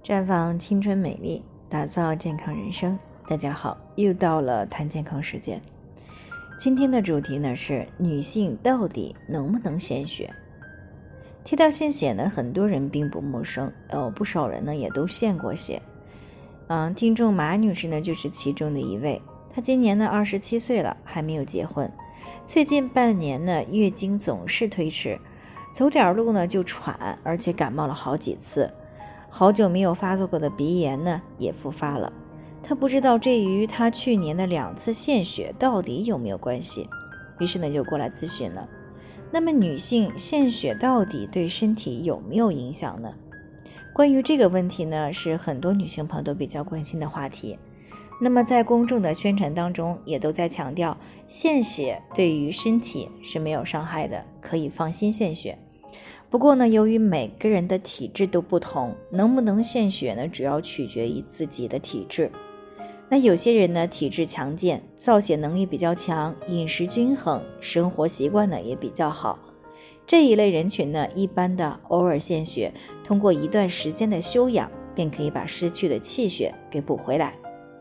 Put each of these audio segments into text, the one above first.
绽放青春美丽，打造健康人生。大家好，又到了谈健康时间。今天的主题呢是女性到底能不能献血？提到献血呢，很多人并不陌生，不少人呢也都献过血。听众马女士呢就是其中的一位。她今年呢27岁了，还没有结婚。最近半年呢月经总是推迟，走点路呢就喘，而且感冒了好几次。好久没有发作过的鼻炎呢也复发了。她不知道这与她去年的2次献血到底有没有关系，于是呢就过来咨询了。那么女性献血到底对身体有没有影响呢？关于这个问题呢，是很多女性朋友都比较关心的话题。那么在公众的宣传当中也都在强调，献血对于身体是没有伤害的，可以放心献血。不过呢，由于每个人的体质都不同，能不能献血呢，主要取决于自己的体质。那有些人呢体质强健，造血能力比较强，饮食均衡，生活习惯呢也比较好。这一类人群呢，一般的偶尔献血，通过一段时间的休养，便可以把失去的气血给补回来。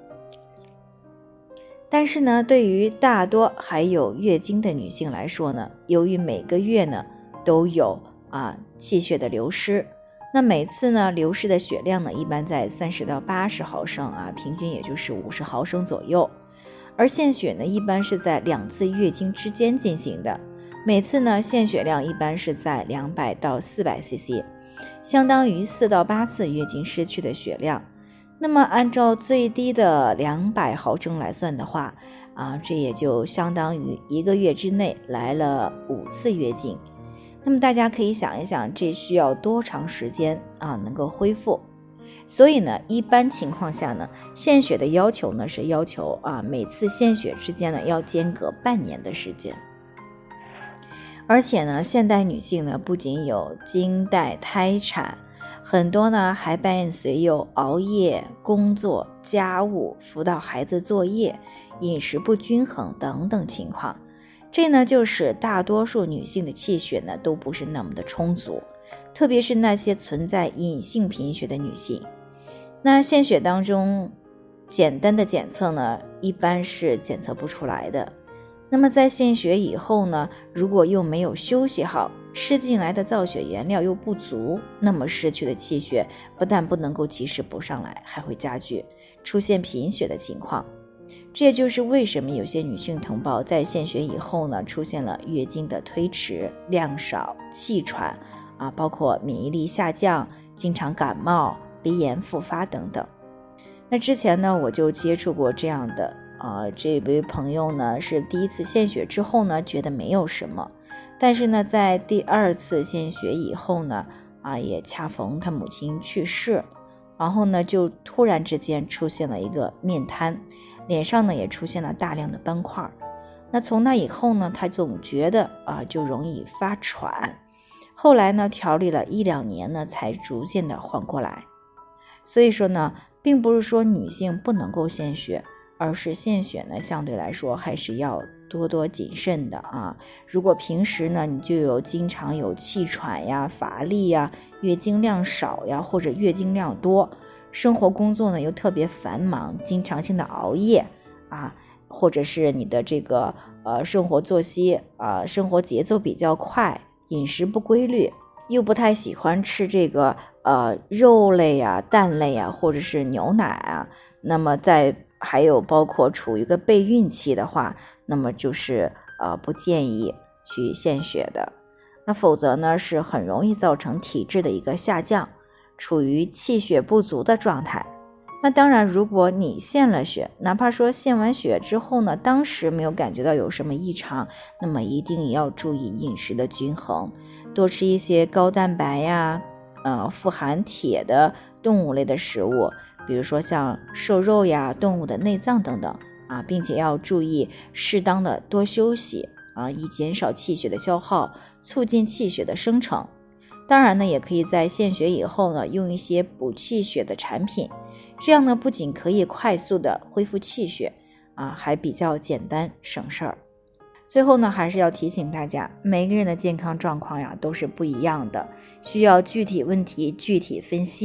但是呢，对于大多还有月经的女性来说呢，由于每个月呢都有气血的流失，那每次呢流失的血量呢一般在30到80毫升平均也就是50毫升左右。而献血呢一般是在2次月经之间进行的，每次呢献血量一般是在200到400 cc， 相当于4到8次月经失去的血量。那么按照最低的200毫升来算的话这也就相当于1个月之内来了5次月经。那么大家可以想一想，这需要多长时间能够恢复？所以呢，一般情况下呢，献血的要求呢是要求每次献血之间呢要间隔半年的时间。而且呢，现代女性呢不仅有经带、胎产，很多呢还伴随有熬夜、工作、家务、辅导孩子作业、饮食不均衡等等情况。这呢就使大多数女性的气血呢都不是那么的充足，特别是那些存在隐性贫血的女性。那献血当中简单的检测呢一般是检测不出来的。那么在献血以后呢，如果又没有休息好，吃进来的造血原料又不足，那么失去的气血不但不能够及时补上来，还会加剧出现贫血的情况。这也就是为什么有些女性同胞在献血以后呢，出现了月经的推迟、量少、气喘包括免疫力下降、经常感冒、鼻炎复发等等。那之前呢，我就接触过这样的这位朋友呢，是第1次献血之后呢，觉得没有什么，但是呢，在第2次献血以后呢，也恰逢他母亲去世，然后呢，就突然之间出现了一个面瘫，脸上呢也出现了大量的斑块。那从那以后呢，他总觉得就容易发喘，后来呢调理了1-2年呢，才逐渐的缓过来。所以说呢，并不是说女性不能够献血，而是献血呢相对来说还是要多多谨慎的如果平时呢你就经常有气喘呀、乏力呀、月经量少呀，或者月经量多，生活工作呢又特别繁忙，经常性的熬夜或者是你的这个生活作息生活节奏比较快，饮食不规律，又不太喜欢吃这个肉类蛋类或者是牛奶那么还有包括处于一个备孕期的话，那么就是不建议去献血的。那否则呢是很容易造成体质的一个下降，处于气血不足的状态。那当然，如果你献了血，哪怕说献完血之后呢，当时没有感觉到有什么异常，那么一定也要注意饮食的均衡，多吃一些高蛋白富含铁的动物类的食物，比如说像瘦肉动物的内脏等等并且要注意适当的多休息以减少气血的消耗，促进气血的生成。当然呢，也可以在献血以后呢，用一些补气血的产品，这样呢不仅可以快速的恢复气血还比较简单省事儿。最后呢，还是要提醒大家，每个人的健康状况都是不一样的，需要具体问题具体分析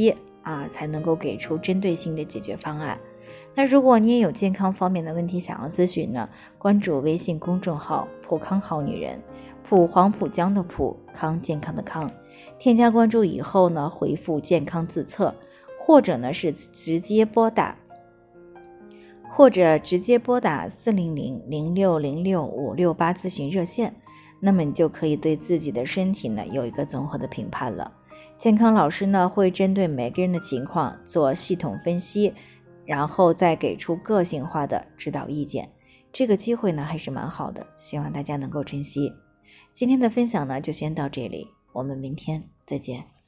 才能够给出针对性的解决方案。那如果你也有健康方面的问题想要咨询呢，关注微信公众号普康好女人，普黄浦江的普，康健康的康，添加关注以后呢，回复健康自测，或者是直接拨打400-0606-568咨询热线，那么你就可以对自己的身体呢有一个综合的评判了。健康老师呢会针对每个人的情况做系统分析，然后再给出个性化的指导意见。这个机会呢还是蛮好的，希望大家能够珍惜。今天的分享呢就先到这里，我们明天再见。